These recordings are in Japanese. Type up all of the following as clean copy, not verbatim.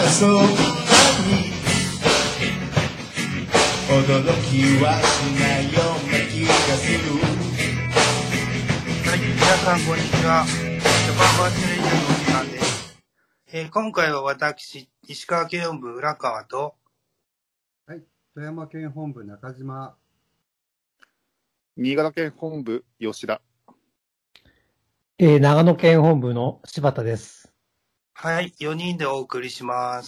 そばに驚きはしないような気がする。 はい、皆さんこんにちは。ジャパンバーチャルレディオのお時間です。今回は私、石川県本部浦川と、 はい、富山県本部中島、 新潟県本部吉田、 長野県本部の柴田です。 はい、4人でお送りします。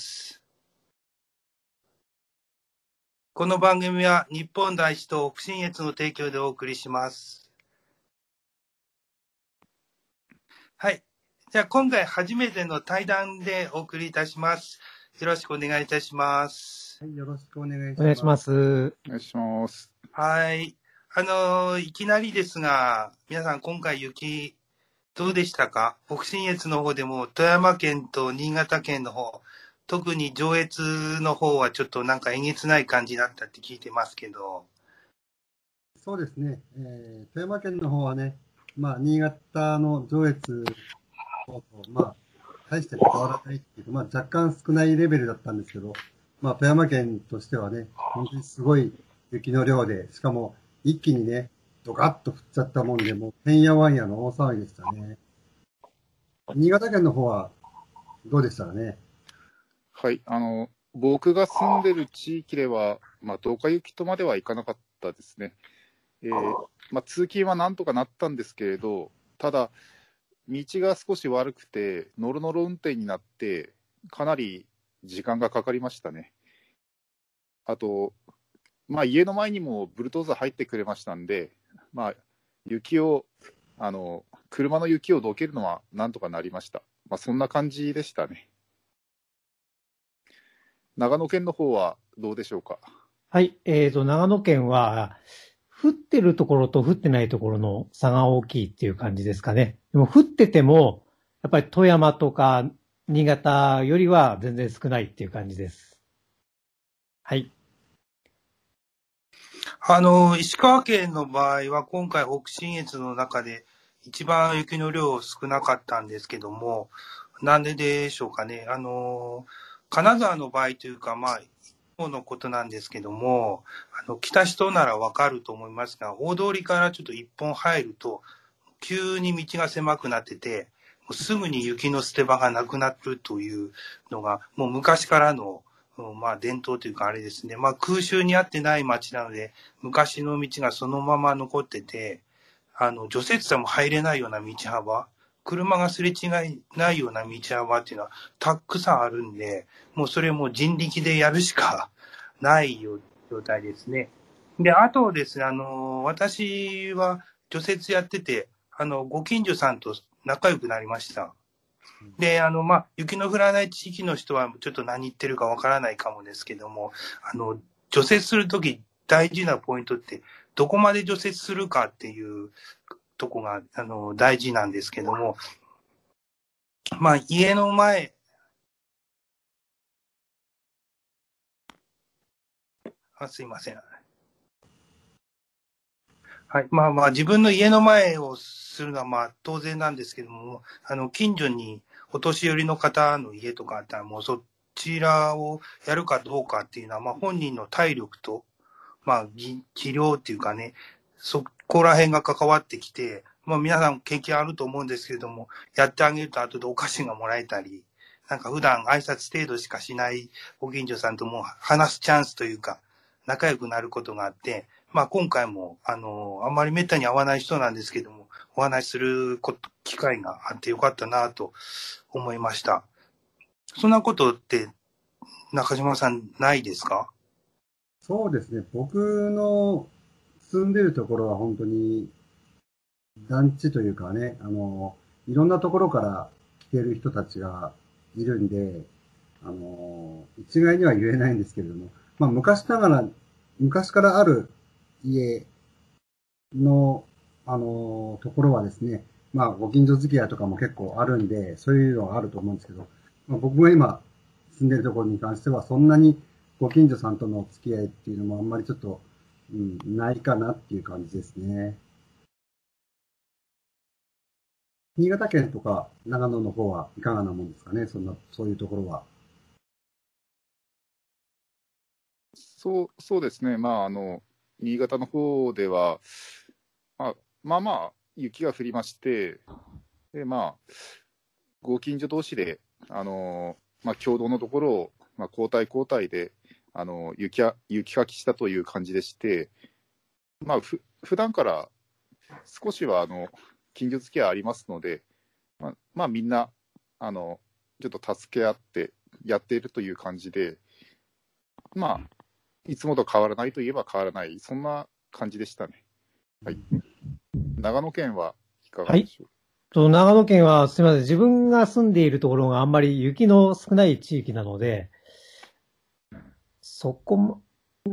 この番組は日本第一と北信越の提供でお送りします。はい。じゃあ今回初めての対談でお送りいたします。よろしくお願いいたします。 はい、よろしくお願いします。 お願いします。 お願いします。 はい。いきなりですが、皆さん今回雪どうでしたか？北信越の方でも富山県と新潟県の方、特に上越の方はちょっとなんかえげつない感じだったって聞いてますけど。 そうですね、富山県の方はね、新潟の上越と、大して変わらないっていうか、若干少ないレベルだったんですけど、富山県としてはね、本当にすごい雪の量で、しかも一気にね、ドカッと降っちゃったもんで、もうてんやわんやの大騒ぎでしたね。新潟県の方はどうでしたかね。 はい、僕が住んでる地域では、ドカ雪とまではいかなかったですね。通勤はなんとかなったんですけれど、ただ、道が少し悪くて、ノロノロ運転になって、かなり時間がかかりましたね。あと、家の前にもブルドーザー入ってくれましたんで、雪を、車の雪をどけるのはなんとかなりました。そんな感じでしたね。長野県の方はどうでしょうか。 はい、長野県は、降ってるところと降ってないところの差が大きいっていう感じですかね。でも降ってても、やっぱり富山とか新潟よりは全然少ないっていう感じです。はい。 石川県の場合は今回北信越の中で一番雪の量少なかったんですけども、なんででしょうかね。金沢の場合というか、一方のことなんですけども、来た人ならわかると思いますが、大通りからちょっと一本入ると、急に道が狭くなってて、もうすぐに雪の捨て場がなくなるというのが、もう昔からの、伝統というかあれですね。空襲にあってない町なので、昔の道がそのまま残ってて、除雪車も入れないような道幅、車がすれ違いないような道幅っていうのはたくさんあるんで、もうそれも人力でやるしかない状態ですね。で、あとですね、私は除雪やってて、ご近所さんと仲良くなりました。で、雪の降らない地域の人はちょっと何言ってるかわからないかもですけども、除雪するとき大事なポイントって、どこまで除雪するかっていうとこが、大事なんですけども、家の前、すいません。はい。自分の家の前をするのは当然なんですけども、近所にお年寄りの方の家とかあったら、もうそちらをやるかどうかっていうのは、本人の体力と、技量っていうかね、そこら辺が関わってきて、皆さん経験あると思うんですけれども、やってあげると後でお菓子がもらえたり、なんか普段挨拶程度しかしないご近所さんとも話すチャンスというか、仲良くなることがあって、今回も、あんまり滅多に会わない人なんですけども、お話しする機会があってよかったなと思いました。そんなことって中島さんないですか？ そうですね、僕の住んでるところは本当に団地というかね、いろんなところから来てる人たちがいるんで、一概には言えないんですけれども、昔からある家の、ところはですね、ご近所付き合いとかも結構あるんで、そういうのはあると思うんですけど、僕が今住んでるところに関しては、そんなにご近所さんとの付き合いっていうのもあんまりちょっと、ないかなっていう感じですね。新潟県とか長野の方はいかがなもんですかね、そういうところは。 そうですね。新潟の方では、雪が降りまして、で、ご近所同士で、共同のところを、交代交代で、雪かきしたという感じでして、普段から少しは、近所付き合いありますので、みんな、ちょっと助け合ってやっているという感じで、いつもと変わらないといえば変わらない、そんな感じでしたね。はい。長野県はいかがでしょう？ 長野県は、すみません。自分が住んでいるところがあんまり雪の少ない地域なので、そこも、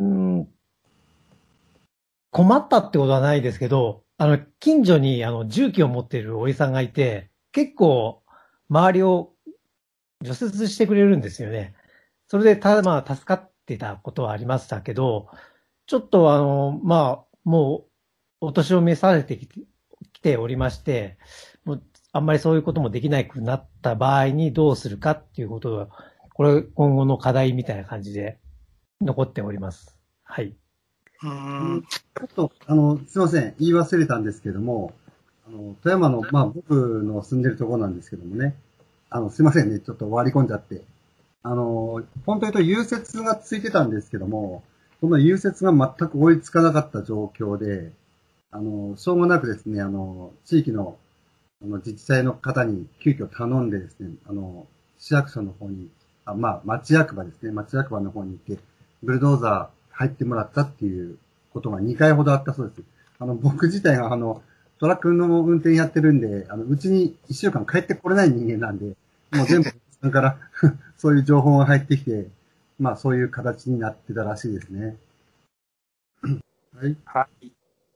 困ったってことはないですけど、近所に重機を持っているおじさんがいて、結構周りを除雪してくれるんですよね。それで助かってたことはありましたけど、ちょっともうお年を召されてきておりまして、もうあんまりそういうこともできなくなった場合にどうするかっていうことが、これ今後の課題みたいな感じで残っております。はい。 ちょっと、すいません。言い忘れたんですけども、富山の、僕の住んでるところなんですけどもね、すいませんね。ちょっと割り込んじゃって。本当に言うと融雪がついてたんですけども、この融雪が全く追いつかなかった状況で、しょうがなくですね、地域の、自治体の方に急遽頼んでですね、市役所の方に、町役場ですね、町役場の方に行って、ブルドーザー入ってもらったっていうことが2回ほどあったそうです。僕自体がトラックの運転やってるんで、うちに1週間帰ってこれない人間なんで、もう全部、それからそういう情報が入ってきて、そういう形になってたらしいですね。はい。 はい。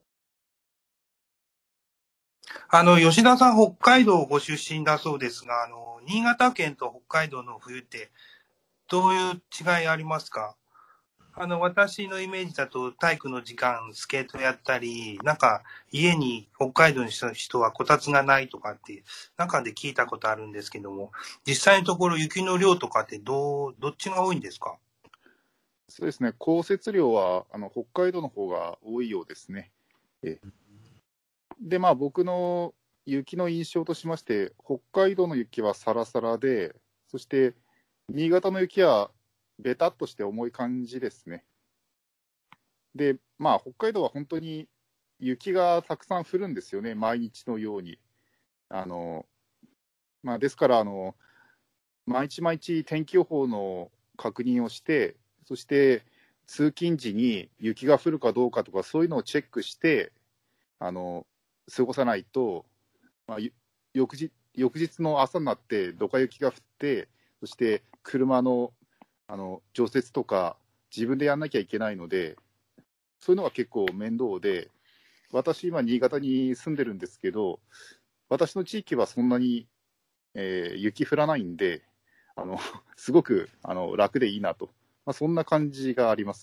吉田さん、北海道ご出身だそうですが、新潟県と北海道の冬って、どういう違いありますか？私のイメージだと、体育の時間、スケートやったり、家に北海道にした人はこたつがないとかって、中で聞いたことあるんですけども、実際のところ雪の量とかってどっちが多いんですか？ そうですね。降雪量は、北海道の方が多いようですね。で、僕の雪の印象としまして、北海道の雪はサラサラで、そして新潟の雪はベタっとして重い感じですね。で、北海道は本当に雪がたくさん降るんですよね、毎日のように。ですから、毎日毎日天気予報の確認をして、そして通勤時に雪が降るかどうかとか、そういうのをチェックして、過ごさないと、翌日の朝になってドカ雪が降って、そして車の除雪とか自分でやんなきゃいけないので、そういうのが結構面倒で、私今新潟に住んでるんですけど、私の地域はそんなに、雪降らないんで、すごく楽でいいなと、そんな感じがあります。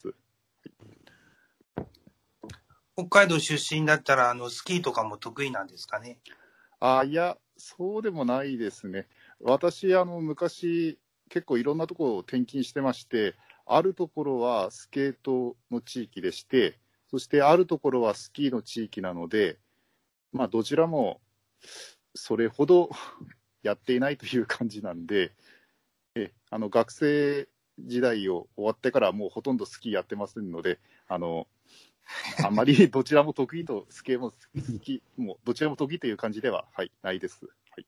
北海道出身だったら、スキーとかも得意なんですかね？ いや、そうでもないですね。私、昔、結構いろんなところを転勤してまして、あるところはスケートの地域でして、そしてあるところはスキーの地域なので、どちらもそれほどやっていないという感じなんで、学生時代を終わってからもうほとんどスキーやってませんので、あんまりどちらも得意と、スケーもスキーもどちらも得意という感じでは、ないです。はい、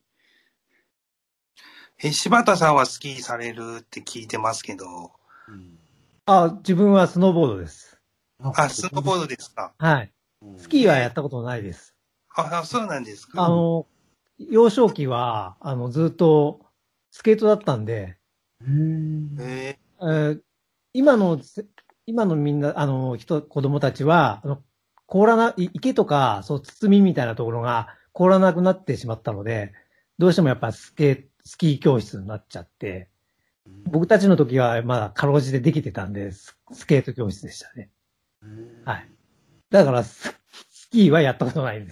柴田さんはスキーされるって聞いてますけど。 自分はスノーボードです。 スノーボードですか？ はい。スキーはやったことないです。 そうなんですか？ 幼少期は、ずっとスケートだったんで、今のみんな、子供たちは、池とか、そう、包みみたいなところが凍らなくなってしまったので、どうしてもやっぱスキー教室になっちゃって、僕たちの時はまだかろうじてできてたんで、スケート教室でしたね。はい。だから、スキーはやったことないです。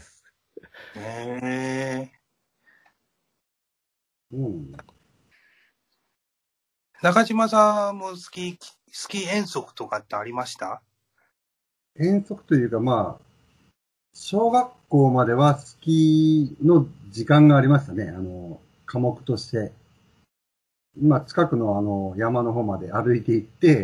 中島さんもスキー遠足とかってありました？ 遠足というか、まあ、小学校まではスキーの時間がありましたね。科目として。まあ、近くの山の方まで歩いて行って、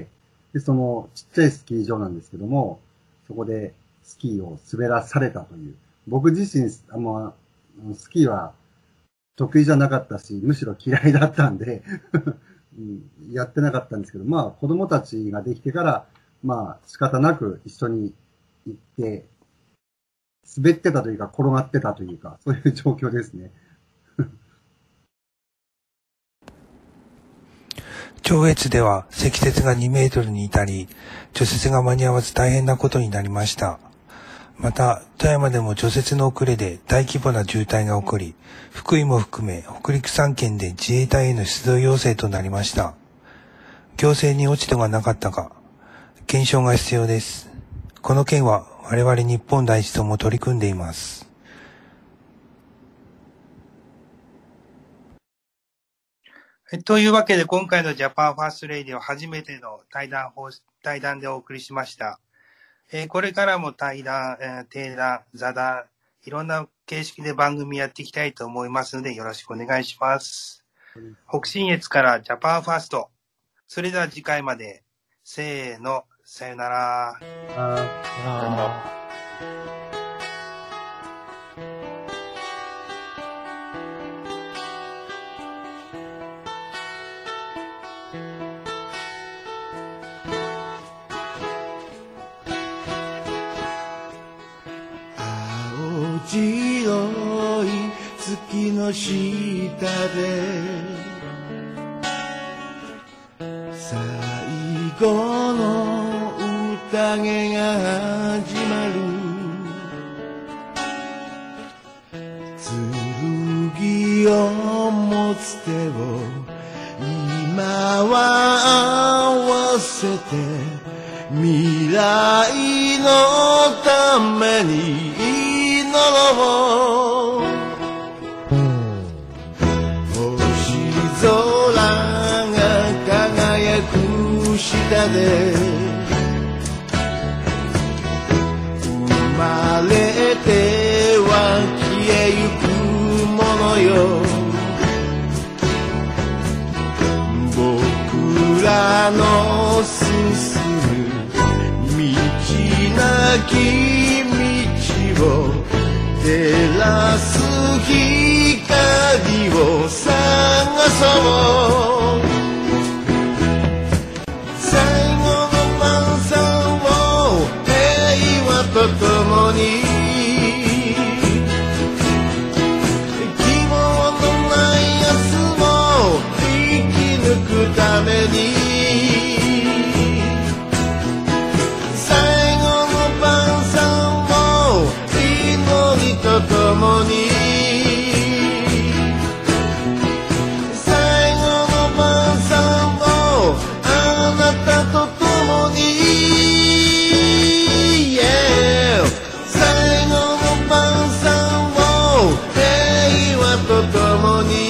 で、そのちっちゃいスキー場なんですけども、そこでスキーを滑らされたという。僕自身、スキーは得意じゃなかったし、むしろ嫌いだったんで、やってなかったんですけど、まあ、子供たちができてから、まあ、仕方なく一緒に行って、滑ってたというか、転がってたというか、そういう状況ですね。 上越では積雪が2メートルに至り、除雪が間に合わず大変なことになりました。また、富山でも除雪の遅れで大規模な渋滞が起こり、福井も含め北陸3県で自衛隊への出動要請となりました。行政に落ち度がなかったか、検証が必要です。この件は我々日本第一とも取り組んでいます。というわけで今回のジャパンファーストレイディは初めての対談でお送りしました。これからも対談、定談、座談、いろんな形式で番組やっていきたいと思いますのでよろしくお願いします。北信越からジャパンファースト。それでは次回まで。せーの、さよなら。 さよなら。 白い月の下で最後の宴が始まる剣を持つ手を今は合わせて未来のために星空が輝く下で生まれては消えゆくものよ僕らの進む道なき道を照らす光を探そう最後の晩餐を平和と共に希望のない明日も生き抜くためにと共に最後の晩餐をあなたと共に、yeah、最後の晩餐を平和と共に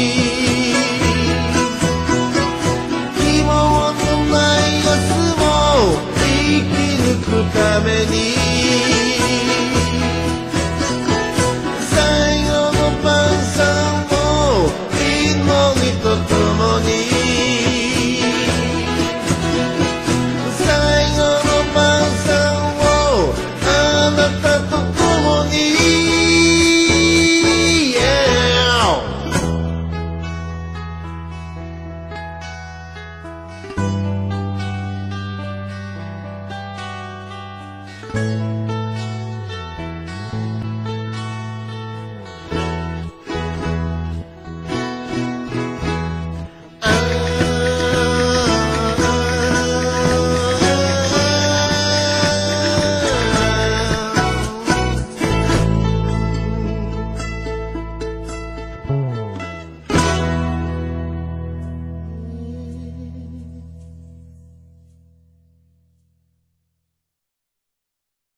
希望のない明日を生き抜くために